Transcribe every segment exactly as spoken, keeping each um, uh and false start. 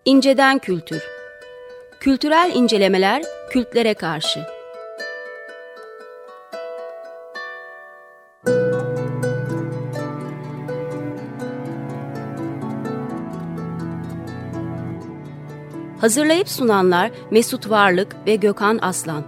İnceden kültür. Kültürel incelemeler kültlere karşı. Hazırlayıp sunanlar Mesut Varlık ve Gökhan Aslan.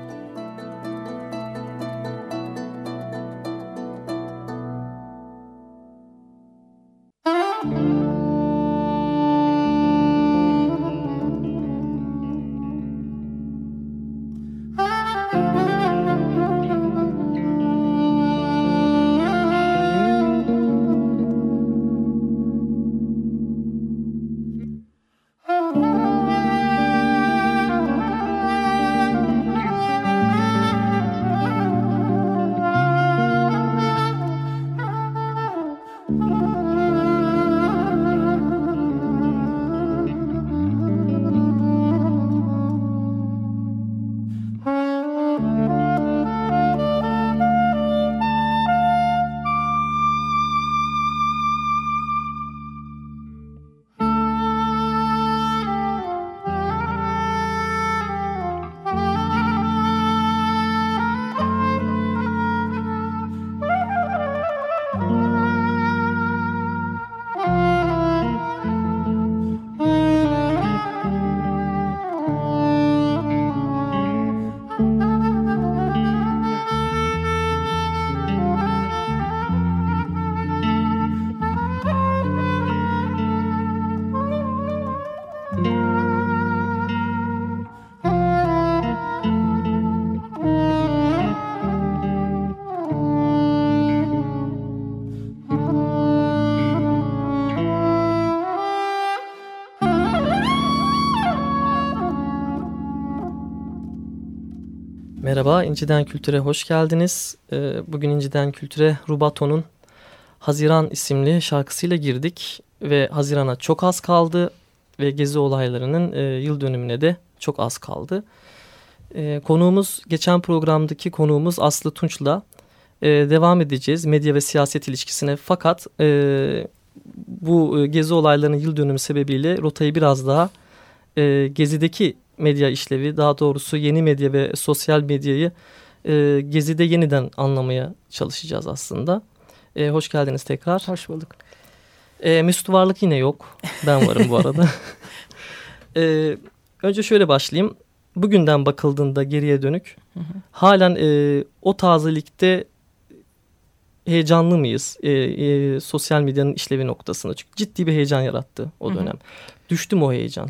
Merhaba, İnciden Kültür'e hoş geldiniz. Bugün İnciden Kültür'e Rubato'nun Haziran isimli şarkısıyla girdik ve Haziran'a çok az kaldı ve Gezi olaylarının yıl dönümüne de çok az kaldı. Konuğumuz, geçen programdaki konuğumuz Aslı Tunç'la devam edeceğiz medya ve siyaset ilişkisine, fakat bu Gezi olaylarının yıl dönümü sebebiyle rotayı biraz daha Gezi'deki medya işlevi, daha doğrusu yeni medya ve sosyal medyayı e, Gezi'de yeniden anlamaya çalışacağız aslında. E, hoş geldiniz tekrar. Hoş bulduk. E, Mesut Varlık yine yok. Ben varım bu arada. e, önce şöyle başlayayım. Bugünden bakıldığında geriye dönük, hı hı. halen e, o tazelikte heyecanlı mıyız? E, e, sosyal medyanın işlevi noktasında. Çünkü ciddi bir heyecan yarattı o dönem. Hı hı. Düştü mü o heyecan?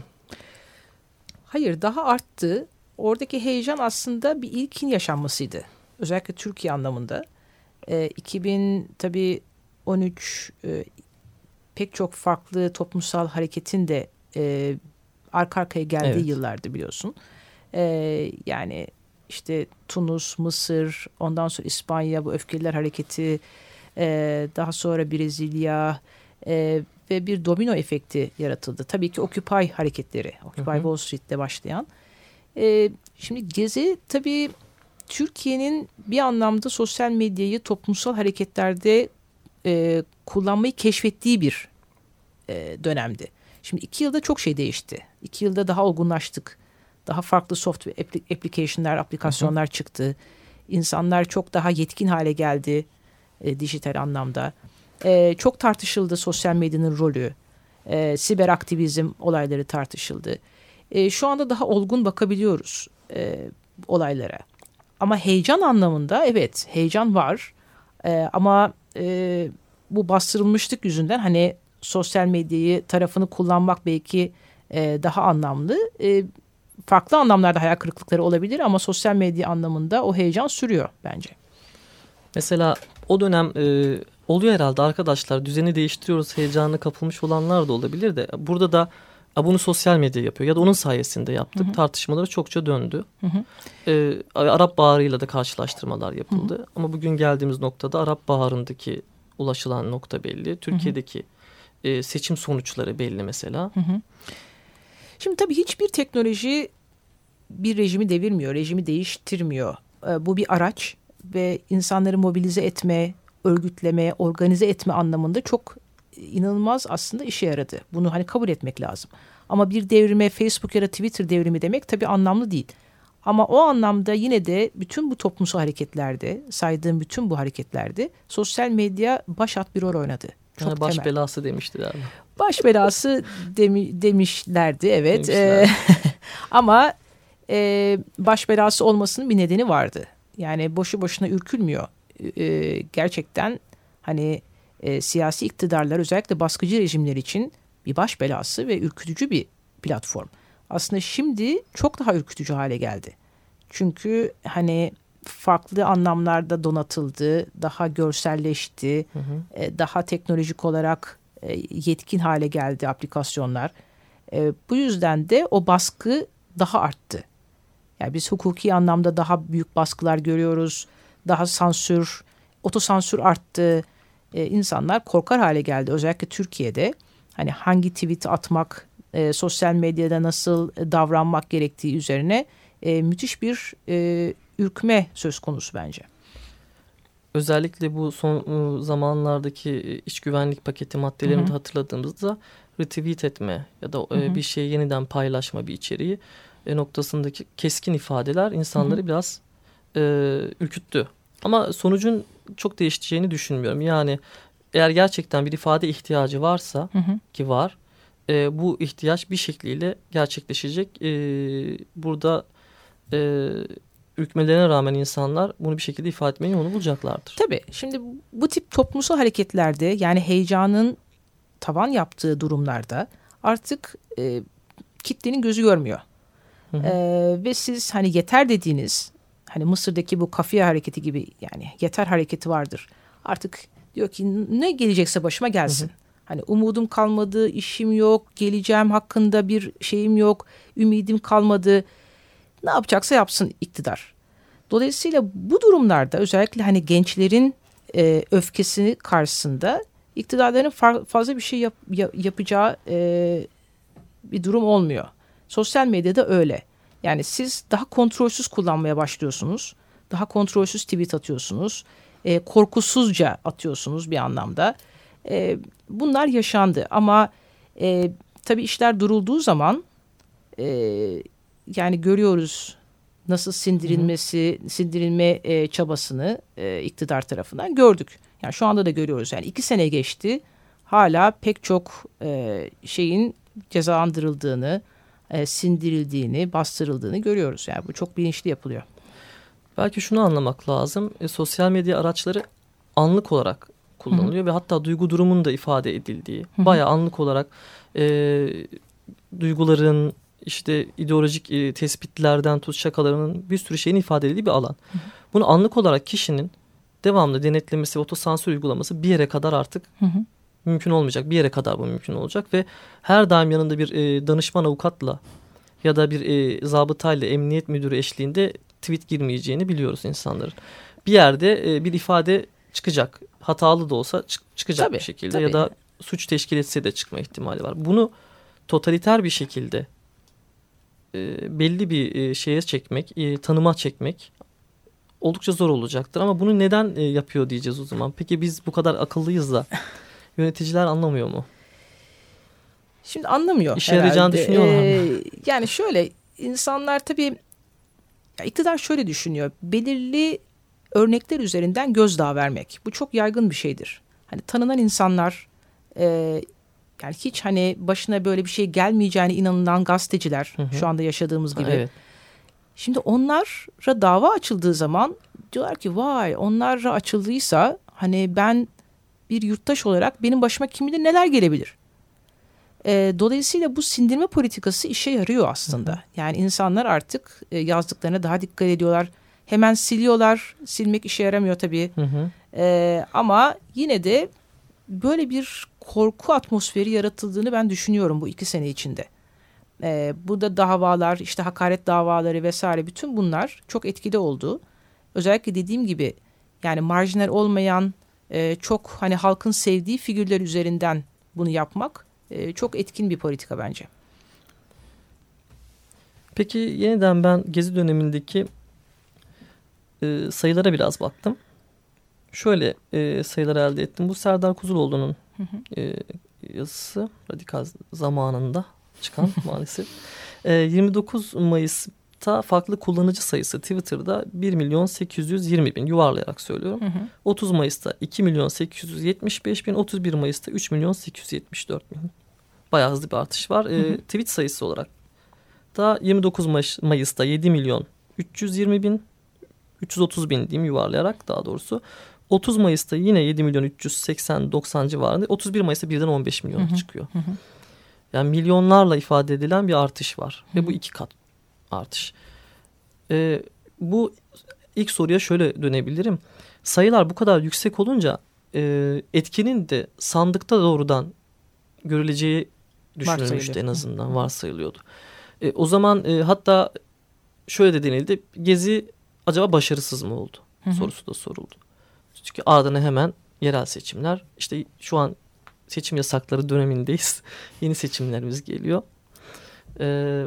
Hayır, daha arttı. Oradaki heyecan aslında bir ilkin yaşanmasıydı. Özellikle Türkiye anlamında. E, iki bin tabii on üç e, pek çok farklı toplumsal hareketin de e, arka arkaya geldiği evet. yıllardı biliyorsun. E, yani işte Tunus, Mısır, ondan sonra İspanya, bu Öfkeliler Hareketi, e, daha sonra Brezilya e, ve bir domino efekti yaratıldı. Tabii ki Occupy hareketleri, Occupy hı hı. Wall Street'te başlayan. Ee, şimdi Gezi tabii Türkiye'nin bir anlamda sosyal medyayı toplumsal hareketlerde e, kullanmayı keşfettiği bir e, dönemdi. Şimdi iki yılda çok şey değişti. İki yılda daha olgunlaştık. Daha farklı software application'lar, aplikasyonlar hı hı. çıktı. İnsanlar çok daha yetkin hale geldi e, dijital anlamda. Ee, çok tartışıldı sosyal medyanın rolü, ee, siber aktivizm olayları tartışıldı. Ee, şu anda daha olgun bakabiliyoruz e, olaylara. Ama heyecan anlamında evet heyecan var. Ee, ama e, bu bastırılmışlık yüzünden hani sosyal medyayı tarafını kullanmak belki e, daha anlamlı. E, farklı anlamlarda hayal kırıklıkları olabilir ama sosyal medya anlamında o heyecan sürüyor bence. Mesela o dönem e, oluyor herhalde arkadaşlar, düzeni değiştiriyoruz heyecanına kapılmış olanlar da olabilir de burada da bunu sosyal medya yapıyor ya da onun sayesinde yaptık. Hı hı. Tartışmaları çokça döndü. Hı hı. E, Arap Baharı'yla da karşılaştırmalar yapıldı. Hı hı. Ama bugün geldiğimiz noktada Arap Baharı'ndaki ulaşılan nokta belli. Türkiye'deki hı hı. E, seçim sonuçları belli mesela. Hı hı. Şimdi tabii hiçbir teknoloji bir rejimi devirmiyor, rejimi değiştirmiyor. E, bu bir araç ve insanları mobilize etme, örgütleme, organize etme anlamında çok inanılmaz aslında işe yaradı. Bunu hani kabul etmek lazım. Ama bir devrime Facebook ya da Twitter devrimi demek tabii anlamlı değil. Ama o anlamda yine de bütün bu toplumsal hareketlerde, saydığım bütün bu hareketlerde sosyal medya başat bir rol oynadı. Çok yani baş temel. belası demiştiler. Baş belası demi, demişlerdi evet. Demişler. Ama e, baş belası olmasının bir nedeni vardı. Yani boşu boşuna ürkülmüyor. E, gerçekten hani e, siyasi iktidarlar özellikle baskıcı rejimler için bir baş belası ve ürkütücü bir platform. Aslında şimdi çok daha ürkütücü hale geldi. Çünkü hani farklı anlamlarda donatıldı, daha görselleşti, hı hı. E, daha teknolojik olarak e, yetkin hale geldi aplikasyonlar. E, bu yüzden de o baskı daha arttı. Yani biz hukuki anlamda daha büyük baskılar görüyoruz, daha sansür, otosansür arttı. E, insanlar korkar hale geldi. Özellikle Türkiye'de hani hangi tweet atmak, e, sosyal medyada nasıl davranmak gerektiği üzerine e, müthiş bir e, ürkme söz konusu bence. Özellikle bu son zamanlardaki iç güvenlik paketi maddelerini hı hı. de hatırladığımızda retweet etme ya da hı hı. bir şeyi yeniden paylaşma bir içeriği e, noktasındaki keskin ifadeler insanları hı hı. biraz e, ürküttü. Ama sonucun çok değişeceğini düşünmüyorum. Yani eğer gerçekten bir ifade ihtiyacı varsa hı hı. ki var, e, bu ihtiyaç bir şekliyle gerçekleşecek. E, burada e, ürkmelerine rağmen insanlar bunu bir şekilde ifade etmeyi onu bulacaklardır. Tabii. Şimdi bu tip toplumsal hareketlerde yani heyecanın tavan yaptığı durumlarda artık e, kitlenin gözü görmüyor. Hı hı. E, ve siz hani yeter dediğiniz hani Mısır'daki bu kafiye hareketi gibi yani yeter hareketi vardır. Artık diyor ki ne gelecekse başıma gelsin. Hı hı. Hani umudum kalmadı, işim yok, geleceğim hakkında bir şeyim yok, ümidim kalmadı. Ne yapacaksa yapsın iktidar. Dolayısıyla bu durumlarda özellikle hani gençlerin e, öfkesini karşısında iktidarların far, fazla bir şey yap, yapacağı e, bir durum olmuyor. Sosyal medyada öyle. Yani siz daha kontrolsüz kullanmaya başlıyorsunuz. Daha kontrolsüz tweet atıyorsunuz. E, korkusuzca atıyorsunuz bir anlamda. E, bunlar yaşandı ama e, tabii işler durulduğu zaman e, yani görüyoruz nasıl sindirilmesi, hı hı. sindirilme e, çabasını e, iktidar tarafından gördük. Yani şu anda da görüyoruz. Yani iki sene geçti. Hala pek çok e, şeyin cezalandırıldığını, e, sindirildiğini, bastırıldığını görüyoruz. Yani bu çok bilinçli yapılıyor. Belki şunu anlamak lazım. E, sosyal medya araçları anlık olarak kullanılıyor, hı hı. ve hatta duygu durumunun da ifade edildiği, hı hı. bayağı anlık olarak e, duyguların, işte ideolojik e, tespitlerden tut şakalarının bir sürü şeyin ifade edildiği bir alan. Hı hı. Bunu anlık olarak kişinin devamlı denetlemesi ve otosansür uygulaması bir yere kadar artık hı hı. mümkün olmayacak. Bir yere kadar bu mümkün olacak ve her daim yanında bir e, danışman avukatla ya da bir e, zabıtayla, emniyet müdürü eşliğinde tweet girmeyeceğini biliyoruz insanların. Bir yerde e, bir ifade çıkacak. Hatalı da olsa çık, çıkacak tabii, bir şekilde tabii. ya da suç teşkil etse de çıkma ihtimali var. Bunu totaliter bir şekilde e, belli bir e, şeye çekmek, e, tanıma çekmek oldukça zor olacaktır. Ama bunu neden e, yapıyor diyeceğiz o zaman. Peki biz bu kadar akıllıyız da yöneticiler anlamıyor mu? Şimdi anlamıyor. İşe yarayacağını düşünüyorlar mı? Ee, yani şöyle insanlar tabii ya iktidar şöyle düşünüyor. Belirli örnekler üzerinden gözdağı vermek. Bu çok yaygın bir şeydir. Hani tanınan insanlar e, yani hiç hani başına böyle bir şey gelmeyeceğine inanılan gazeteciler hı hı. şu anda yaşadığımız gibi. Ha, evet. Şimdi onlara dava açıldığı zaman diyorlar ki vay onlara açıldıysa hani ben bir yurttaş olarak benim başıma kim bilir neler gelebilir. E, dolayısıyla bu sindirme politikası işe yarıyor aslında. Hı hı. Yani insanlar artık e, yazdıklarına daha dikkat ediyorlar. Hemen siliyorlar. Silmek işe yaramıyor tabii. Hı hı. E, ama yine de böyle bir korku atmosferi yaratıldığını ben düşünüyorum bu iki sene içinde. E, burada davalar, işte hakaret davaları vesaire bütün bunlar çok etkili oldu. Özellikle dediğim gibi yani marjinal olmayan e, çok hani halkın sevdiği figürler üzerinden bunu yapmak e, çok etkin bir politika bence. Peki yeniden ben Gezi dönemindeki e, sayılara biraz baktım. Şöyle e, sayılar elde ettim. Bu Serdar Kuzuloğlu'nun hı hı. E, yazısı Radikal zamanında çıkan maalesef. E, yirmi dokuz Mayıs'ta farklı kullanıcı sayısı Twitter'da bir milyon sekiz yüz yirmi bin, yuvarlayarak söylüyorum. Hı hı. otuz Mayıs'ta iki milyon sekiz yüz yetmiş beş bin, otuz bir Mayıs'ta üç milyon sekiz yüz yetmiş dört bin. Bayağı hızlı bir artış var. E, hı hı. Tweet sayısı olarak da yirmi dokuz Mayıs'ta yedi milyon üç yüz yirmi bin, üç yüz otuz bin diyeyim yuvarlayarak daha doğrusu. otuz Mayıs'ta yine yedi milyon üç yüz seksen doksan civarında. otuz bir Mayıs'ta birden on beş milyon hı hı. çıkıyor. Hı hı. Yani milyonlarla ifade edilen bir artış var. Hı hı. Ve bu iki kat artış. Ee, bu ilk soruya şöyle dönebilirim. Sayılar bu kadar yüksek olunca e, etkinin de sandıkta doğrudan görüleceği düşünülmüştü, en azından varsayılıyordu. E, o zaman e, hatta şöyle de denildi. Gezi acaba başarısız mı oldu? Hı hı. Sorusu da soruldu. Çünkü ardına hemen yerel seçimler. İşte şu an seçim yasakları dönemindeyiz. Yeni seçimlerimiz geliyor. Ee,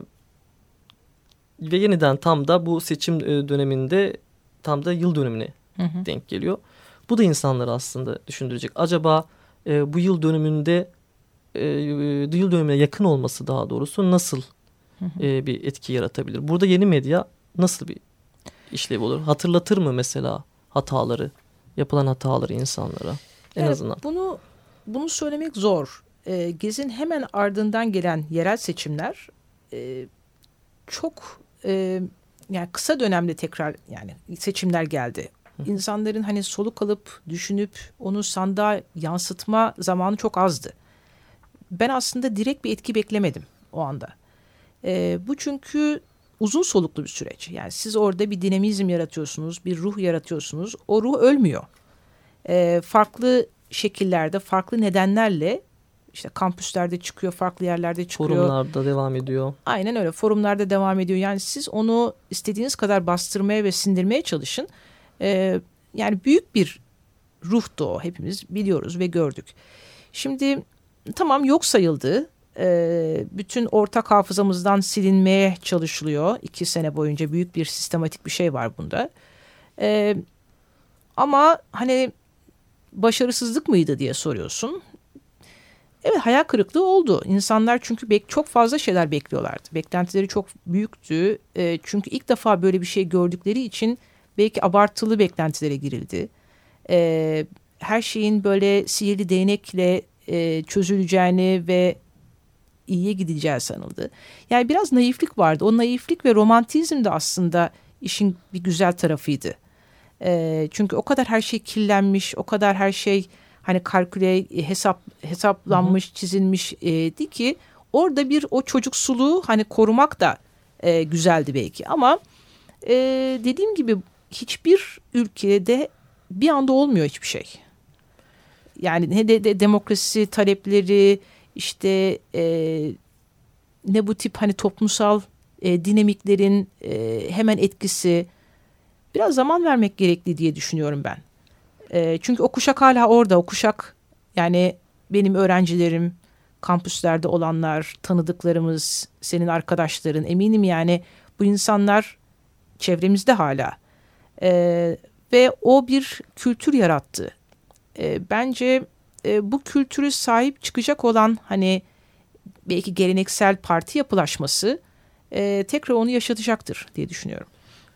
ve yeniden tam da bu seçim döneminde tam da yıl dönümüne hı hı. denk geliyor. Bu da insanları aslında düşündürecek. Acaba e, bu yıl dönümünde e, yıl dönümüne yakın olması daha doğrusu nasıl hı hı. E, bir etki yaratabilir? Burada yeni medya nasıl bir işlev olur? Hatırlatır mı mesela hataları, yapılan hataları insanlara en yani azından? Bunu bunu söylemek zor. E, Gezi'nin hemen ardından gelen yerel seçimler e, çok e, yani kısa dönemde tekrar yani seçimler geldi. Hı. İnsanların hani soluk alıp düşünüp onu sandığa yansıtma zamanı çok azdı. Ben aslında direkt bir etki beklemedim o anda. E, bu çünkü uzun soluklu bir süreç. Yani siz orada bir dinamizm yaratıyorsunuz, bir ruh yaratıyorsunuz. O ruh ölmüyor. E, farklı şekillerde, farklı nedenlerle işte kampüslerde çıkıyor, farklı yerlerde çıkıyor. Forumlarda devam ediyor. Aynen öyle. Forumlarda devam ediyor. Yani siz onu istediğiniz kadar bastırmaya ve sindirmeye çalışın. E, yani büyük bir ruhtu o. Hepimiz biliyoruz ve gördük. Şimdi tamam yok sayıldı. E, bütün ortak hafızamızdan silinmeye çalışılıyor. İki sene boyunca büyük bir sistematik bir şey var bunda. E, ama hani başarısızlık mıydı diye soruyorsun. Evet, hayal kırıklığı oldu. İnsanlar çünkü bek- çok fazla şeyler bekliyorlardı. Beklentileri çok büyüktü. E, çünkü ilk defa böyle bir şey gördükleri için belki abartılı beklentilere girildi. E, her şeyin böyle sihirli değnekle e, çözüleceğini ve iyiye gideceği sanıldı. Yani biraz naiflik vardı. O naiflik ve romantizm de aslında işin bir güzel tarafıydı. E, çünkü o kadar her şey kirlenmiş, o kadar her şey hani kalküle hesap hesaplanmış, hı hı. çizilmiş e, ki orada bir o çocuksuluğu hani korumak da e, güzeldi belki. Ama e, dediğim gibi hiçbir ülkede bir anda olmuyor hiçbir şey. Yani ne de, de demokrasi talepleri, işte e, ne bu tip hani toplumsal e, dinamiklerin e, hemen etkisi, biraz zaman vermek gerekli diye düşünüyorum ben. E, çünkü o kuşak hala orada. O kuşak yani benim öğrencilerim, kampüslerde olanlar, tanıdıklarımız, senin arkadaşların, eminim yani bu insanlar çevremizde hala. E, ve o bir kültür yarattı. E, bence e, bu kültürü sahip çıkacak olan hani belki geleneksel parti yapılaşması e, tekrar onu yaşatacaktır diye düşünüyorum.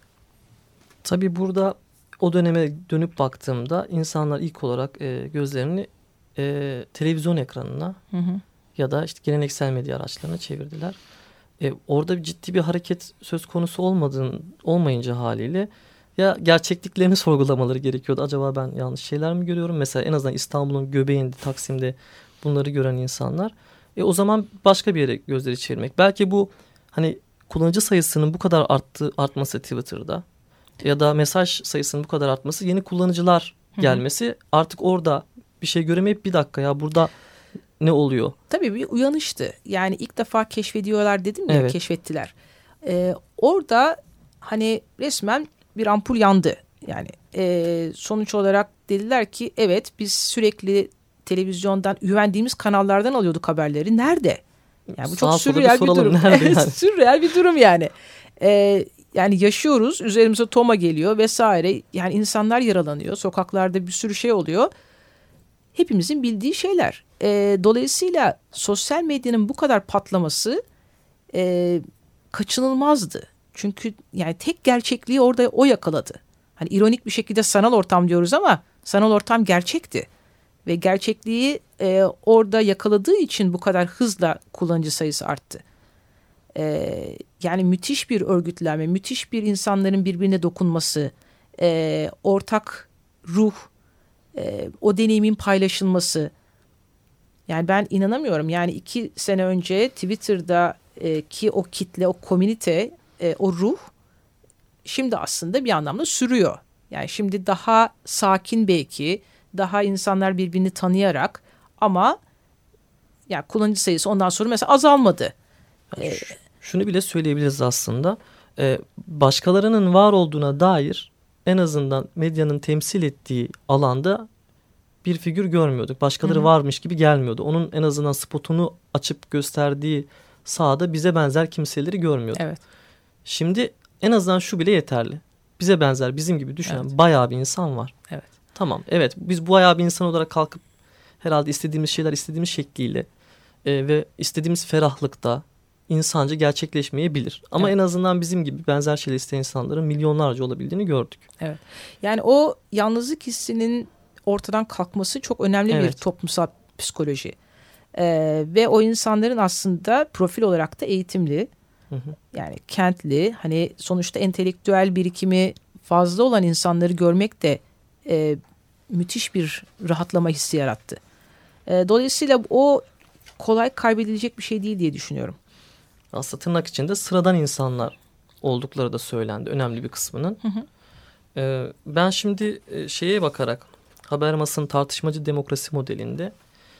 Tabii burada o döneme dönüp baktığımda insanlar ilk olarak e, gözlerini e, televizyon ekranına hı hı. ya da işte geleneksel medya araçlarına çevirdiler. E, orada ciddi bir hareket söz konusu olmadığın, olmayınca haliyle ya gerçekliklerini sorgulamaları gerekiyordu. Acaba ben yanlış şeyler mi görüyorum? Mesela en azından İstanbul'un göbeğinde, Taksim'de bunları gören insanlar. E, o zaman başka bir yere gözleri çevirmek. Belki bu hani kullanıcı sayısının bu kadar arttı, artması Twitter'da ya da mesaj sayısının bu kadar artması, yeni kullanıcılar gelmesi, hı hı. artık orada bir şey göremeyip bir dakika ya burada ne oluyor? Tabii bir uyanıştı. Yani ilk defa keşfediyorlar dedim ya, evet. keşfettiler. Ee, orada hani resmen bir ampul yandı. Yani e, sonuç olarak dediler ki evet biz sürekli televizyondan güvendiğimiz kanallardan alıyorduk haberleri. Nerede? Yani bu çok sürreel bir, bir durum. Yani? Sürreel bir durum yani. Ee, yani yaşıyoruz, üzerimize toma geliyor vesaire. Yani insanlar yaralanıyor. Sokaklarda bir sürü şey oluyor. hepimizin bildiği şeyler. E, dolayısıyla sosyal medyanın bu kadar patlaması e, kaçınılmazdı. Çünkü yani tek gerçekliği orada o yakaladı. Hani ironik bir şekilde sanal ortam diyoruz ama sanal ortam gerçekti. Ve gerçekliği e, orada yakaladığı için bu kadar hızla kullanıcı sayısı arttı. E, yani müthiş bir örgütlenme, müthiş bir insanların birbirine dokunması, e, ortak ruh, e, o deneyimin paylaşılması. Yani ben inanamıyorum. Yani iki sene önce Twitter'da e, ki o kitle, o komünite, e, o ruh şimdi aslında bir anlamda sürüyor. Yani şimdi daha sakin belki, daha insanlar birbirini tanıyarak ama yani kullanıcı sayısı ondan sonra mesela azalmadı. Ee, Şunu bile söyleyebiliriz aslında. Ee, başkalarının var olduğuna dair en azından medyanın temsil ettiği alanda bir figür görmüyorduk. Başkaları hı hı. varmış gibi gelmiyordu. Onun en azından spotunu açıp gösterdiği sahada bize benzer kimseleri görmüyorduk. Evet. Şimdi en azından şu bile yeterli. Bize benzer, bizim gibi düşünen evet. bayağı bir insan var. Evet. Tamam, evet, biz bu bayağı bir insan olarak kalkıp herhalde istediğimiz şeyler istediğimiz şekliyle e, ve istediğimiz ferahlıkta insanca gerçekleşmeyebilir. Ama evet. en azından bizim gibi benzer şeyler isteyen insanların milyonlarca olabildiğini gördük. Evet. Yani o yalnızlık hissinin ortadan kalkması çok önemli evet. bir toplumsal psikoloji. Ee, ve o insanların aslında profil olarak da eğitimli, hı hı. yani kentli, hani sonuçta entelektüel birikimi fazla olan insanları görmek de e, müthiş bir rahatlama hissi yarattı. E, dolayısıyla o kolay kaybedilecek bir şey değil diye düşünüyorum. Aslında tırnak içinde sıradan insanlar oldukları da söylendi, önemli bir kısmının. Hı hı. E, ben şimdi şeye bakarak, Habermas'ın tartışmacı demokrasi modelinde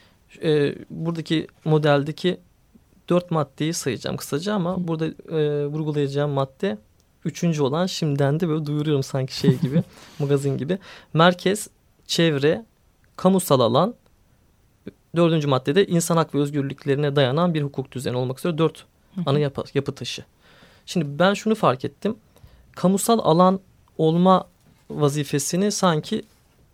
e, buradaki modeldeki dört maddeyi sayacağım kısaca ama hı. burada e, vurgulayacağım madde üçüncü olan, şimdiden de böyle duyuruyorum sanki şey gibi, magazin gibi. Merkez, çevre, kamusal alan, dördüncü maddede insan hak ve özgürlüklerine dayanan bir hukuk düzeni olmak üzere dört hı hı. ana yapı, yapı taşı. Şimdi ben şunu fark ettim. Kamusal alan olma vazifesini sanki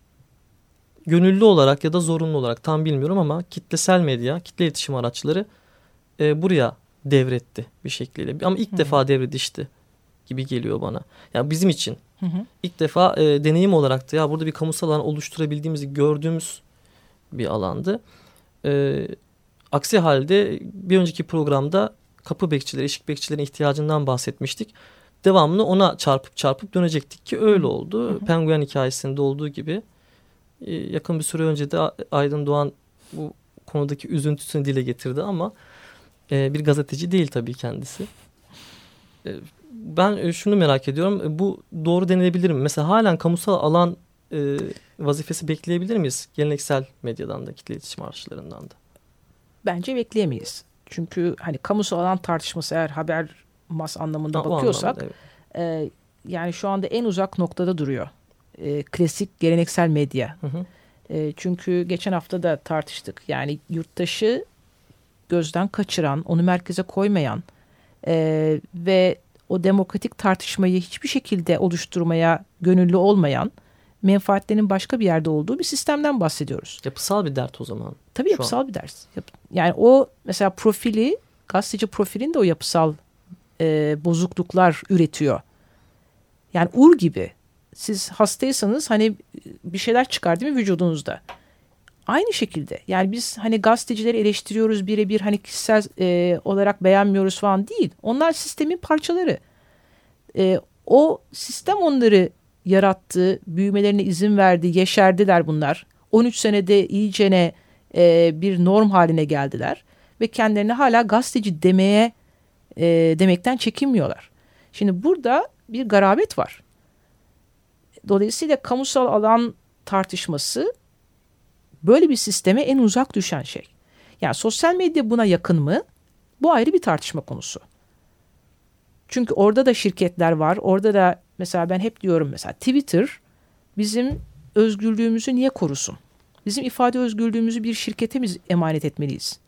gönüllü olarak ya da zorunlu olarak tam bilmiyorum ama kitlesel medya, kitle iletişim araçları e, buraya devretti bir şekliyle. Ama ilk hı hı. defa devredişti gibi geliyor bana. Yani bizim için hı hı. ilk defa e, deneyim olarak da ya burada bir kamusal alan oluşturabildiğimizi gördüğümüz bir alandı. E, aksi halde bir önceki programda kapı bekçileri, eşik bekçilerin ihtiyacından bahsetmiştik. Devamlı ona çarpıp çarpıp dönecektik ki öyle oldu. Hı hı. Penguen hikayesinde olduğu gibi. E, yakın bir süre önce de Aydın Doğan bu konudaki üzüntüsünü dile getirdi ama e, bir gazeteci değil tabii kendisi. E, ben şunu merak ediyorum. Bu doğru denilebilir mi? Mesela halen kamusal alan e, vazifesi bekleyebilir miyiz? Geleneksel medyadan da, kitle iletişim araçlarından da. Bence bekleyemeyiz. Çünkü hani kamusal alan tartışması eğer Habermas anlamında ha, bakıyorsak anlamda, evet. e, yani şu anda en uzak noktada duruyor. E, klasik geleneksel medya. Hı hı. E, çünkü geçen hafta da tartıştık. Yani yurttaşı gözden kaçıran, onu merkeze koymayan e, ve o demokratik tartışmayı hiçbir şekilde oluşturmaya gönüllü olmayan, menfaatlerinin başka bir yerde olduğu bir sistemden bahsediyoruz. Yapısal bir dert o zaman. Tabii yapısal bir ders. Yani o mesela profili, gazeteci profilinde o yapısal e, bozukluklar üretiyor. Yani ur gibi. Siz hastaysanız hani bir şeyler çıkar değil mi vücudunuzda? Aynı şekilde. Yani biz hani gazetecileri eleştiriyoruz birebir, hani kişisel e, olarak beğenmiyoruz falan değil. Onlar sistemin parçaları. E, o sistem onları yarattı, büyümelerine izin verdi, yeşerdiler bunlar. on üç senede iyicene e, bir norm haline geldiler. Ve kendilerine hala gazeteci demeye e, demekten çekinmiyorlar. Şimdi burada bir garabet var. Dolayısıyla kamusal alan tartışması böyle bir sisteme en uzak düşen şey. Yani sosyal medya buna yakın mı? Bu ayrı bir tartışma konusu. Çünkü orada da şirketler var. Orada da mesela ben hep diyorum mesela Twitter bizim özgürlüğümüzü niye korusun? Bizim ifade özgürlüğümüzü bir şirkete mi emanet etmeliyiz?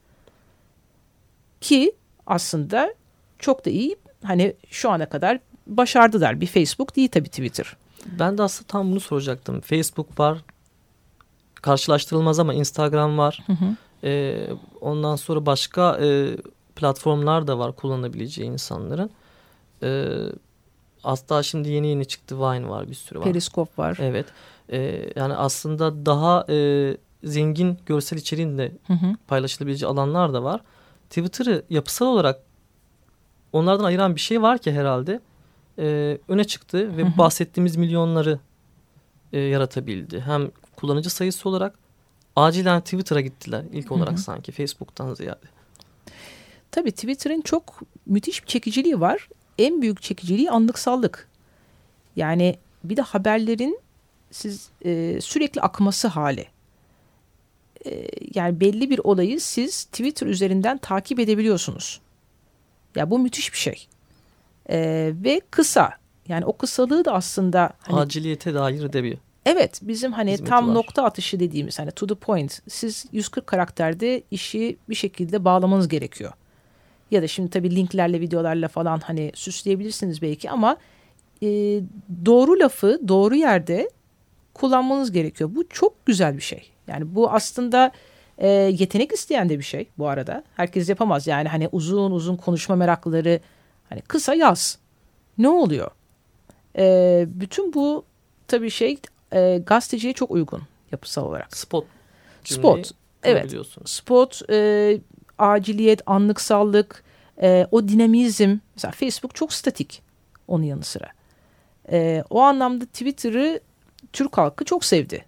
Ki aslında çok da iyi, hani şu ana kadar başardılar. Bir Facebook değil tabii Twitter. Ben de aslında tam bunu soracaktım. Facebook var, karşılaştırılmaz ama Instagram var. Hı hı. E, ondan sonra başka e, platformlar da var kullanabileceği insanların. E, hatta şimdi yeni yeni çıktı, Vine var, bir sürü var. Periskop var. Evet. E, yani aslında daha e, zengin görsel içeriğin de hı hı. paylaşılabileceği alanlar da var. Twitter'ı yapısal olarak onlardan ayıran bir şey var ki herhalde e, öne çıktı ve hı hı. bahsettiğimiz milyonları e, yaratabildi. Hem kullanıcı sayısı olarak acilen Twitter'a gittiler ilk olarak, hı hı. sanki Facebook'tan ziyade. Tabii Twitter'ın çok müthiş bir çekiciliği var. En büyük çekiciliği anlıksallık. Yani bir de haberlerin siz e, sürekli akması hali. E, yani belli bir olayı siz Twitter üzerinden takip edebiliyorsunuz. Ya bu müthiş bir şey. E, ve kısa. Yani o kısalığı da aslında hani, aciliyete dair de bir. Evet, bizim hani hizmeti tam var. Nokta atışı dediğimiz, hani to the point. Siz yüz kırk karakterde işi bir şekilde bağlamanız gerekiyor. Ya da şimdi tabii linklerle, videolarla falan hani süsleyebilirsiniz belki ama e, doğru lafı doğru yerde kullanmanız gerekiyor. Bu çok güzel bir şey. Yani bu aslında e, yetenek isteyen de bir şey bu arada. Herkes yapamaz. Yani hani uzun uzun konuşma meraklıları, hani kısa yaz. Ne oluyor? E, bütün bu tabii şey e, gazeteciye çok uygun yapısal olarak. Spot. Spot. Evet. Spot, e, aciliyet, anlıksallık, e, o dinamizm. Mesela Facebook çok statik onun yanı sıra. E, o anlamda Twitter'ı Türk halkı çok sevdi.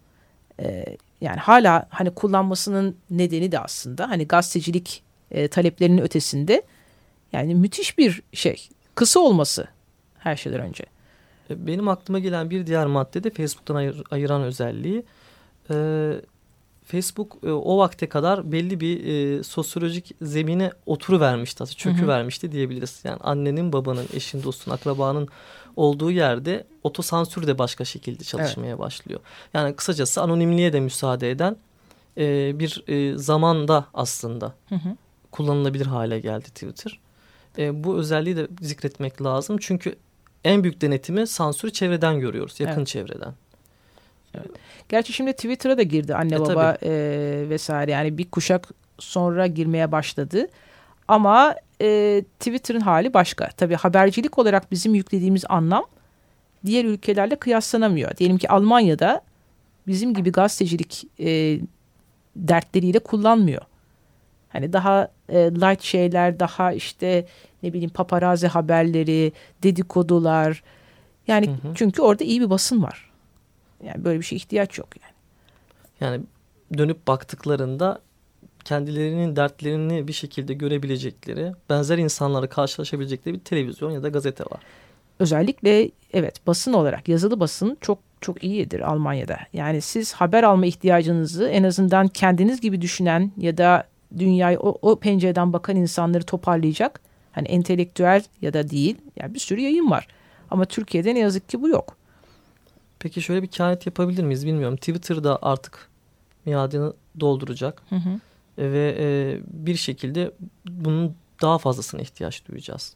E, yani hala hani kullanmasının nedeni de aslında hani gazetecilik e, taleplerinin ötesinde yani müthiş bir şey. Kısa olması her şeyden önce. Benim aklıma gelen bir diğer madde de Facebook'tan ayır, ayıran özelliği. Ee, Facebook e, o vakte kadar belli bir e, sosyolojik zemine oturuvermişti, çöküvermişti diyebiliriz. Yani annenin, babanın, eşin, dostun, akrabanın olduğu yerde otosansür de başka şekilde çalışmaya evet. başlıyor. Yani kısacası anonimliğe de müsaade eden e, bir e, zamanda aslında hı hı. kullanılabilir hale geldi Twitter. E, bu özelliği de zikretmek lazım. Çünkü en büyük denetimi, sansürü çevreden görüyoruz, yakın evet. çevreden. Evet. Gerçi şimdi Twitter'a da girdi anne e, baba e, vesaire, yani bir kuşak sonra girmeye başladı. Ama e, Twitter'ın hali başka. Tabii habercilik olarak bizim yüklediğimiz anlam diğer ülkelerle kıyaslanamıyor. Diyelim ki Almanya'da bizim gibi gazetecilik e, dertleriyle kullanmıyor. Hani daha e, light şeyler, daha işte ne bileyim paparazzi haberleri, dedikodular. Yani hı hı. çünkü orada iyi bir basın var. Yani böyle bir şeye ihtiyaç yok yani. Yani dönüp baktıklarında kendilerinin dertlerini bir şekilde görebilecekleri, benzer insanlarla karşılaşabilecekleri bir televizyon ya da gazete var. Özellikle evet, basın olarak yazılı basın çok çok iyidir Almanya'da. Yani siz haber alma ihtiyacınızı en azından kendiniz gibi düşünen ya da dünyayı o, o pencereden bakan insanları toparlayacak. Hani entelektüel ya da değil. Yani bir sürü yayın var. Ama Türkiye'de ne yazık ki bu yok. Peki şöyle bir kehanet yapabilir miyiz bilmiyorum. Twitter'da artık miadını dolduracak. Hı hı. Ve e, bir şekilde bunun daha fazlasına ihtiyaç duyacağız.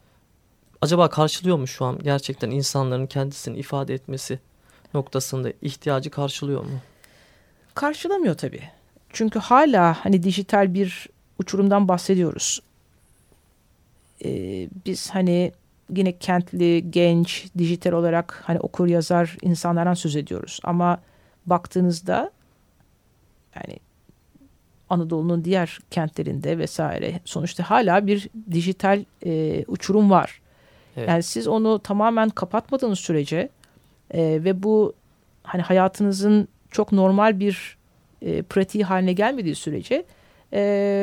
Acaba karşılıyor mu şu an gerçekten insanların kendisini ifade etmesi noktasında ihtiyacı karşılıyor mu? Karşılamıyor tabii. Çünkü hala hani dijital bir uçurumdan bahsediyoruz. Ee, biz hani yine kentli, genç, dijital olarak hani okur yazar insanlardan söz ediyoruz. Ama baktığınızda yani Anadolu'nun diğer kentlerinde vesaire sonuçta hala bir dijital e, uçurum var. Evet. Yani siz onu tamamen kapatmadığınız sürece e, ve bu hani hayatınızın çok normal bir e, pratiği haline gelmediği sürece e,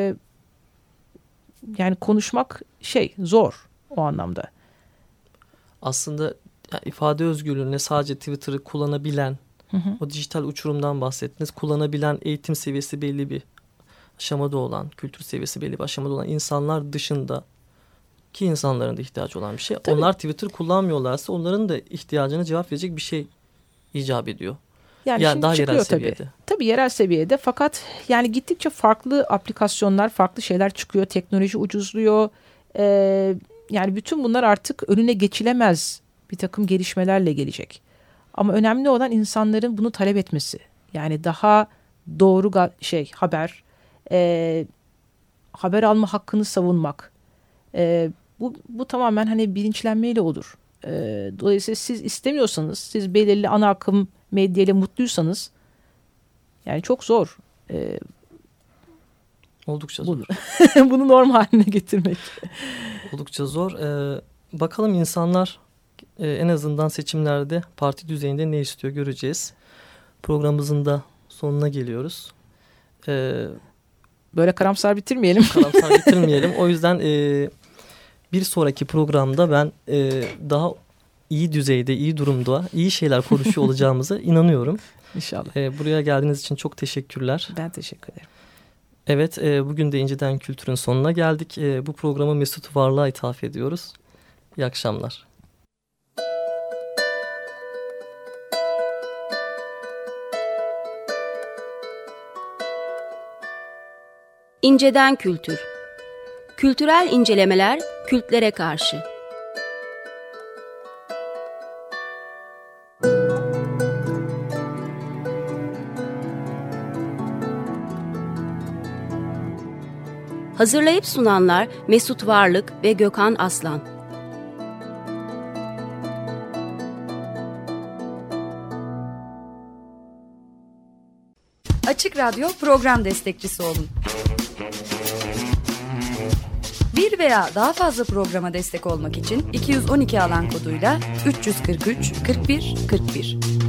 yani konuşmak şey zor o anlamda. Aslında yani ifade özgürlüğüne sadece Twitter'ı kullanabilen, hı hı. o dijital uçurumdan bahsettiniz, kullanabilen, eğitim seviyesi belli bir aşamada olan, kültür seviyesi belli bir aşamada olan insanlar dışında ki insanların da ihtiyacı olan bir şey. Tabii. Onlar Twitter kullanmıyorlarsa onların da ihtiyacına cevap verecek bir şey icap ediyor. Yani, yani daha yerel seviyede. Tabii. tabii yerel seviyede, fakat yani gittikçe farklı aplikasyonlar, farklı şeyler çıkıyor. Teknoloji ucuzluyor. Ee, yani bütün bunlar artık önüne geçilemez bir takım gelişmelerle gelecek. Ama önemli olan insanların bunu talep etmesi. Yani daha doğru ga- şey haber, e, haber alma hakkını savunmak. E, bu, bu tamamen hani bilinçlenmeyle olur. E, dolayısıyla siz istemiyorsanız, siz belirli ana akım medyayla mutluysanız, yani çok zor. E, Oldukça zor. Bunu, bunu norm haline getirmek. Oldukça zor. Ee, bakalım insanlar e, en azından seçimlerde parti düzeyinde ne istiyor göreceğiz. Programımızın da sonuna geliyoruz. Ee, Böyle karamsar bitirmeyelim. Karamsar bitirmeyelim. O yüzden e, bir sonraki programda ben e, daha iyi düzeyde, iyi durumda, iyi şeyler konuşuyor olacağımıza inanıyorum. İnşallah. E, buraya geldiğiniz için çok teşekkürler. Ben teşekkür ederim. Evet, e, bugün de İnciden Kültür'ün sonuna geldik. E, bu programı Mesut Varlık'a ithaf ediyoruz. İyi akşamlar. İnceden Kültür. Kültürel incelemeler kültlere karşı. Hazırlayıp sunanlar Mesut Varlık ve Gökhan Aslan. Açık Radyo program destekçisi olun. Bir veya daha fazla programa destek olmak için iki yüz on iki alan koduyla üç yüz kırk üç kırk bir kırk bir.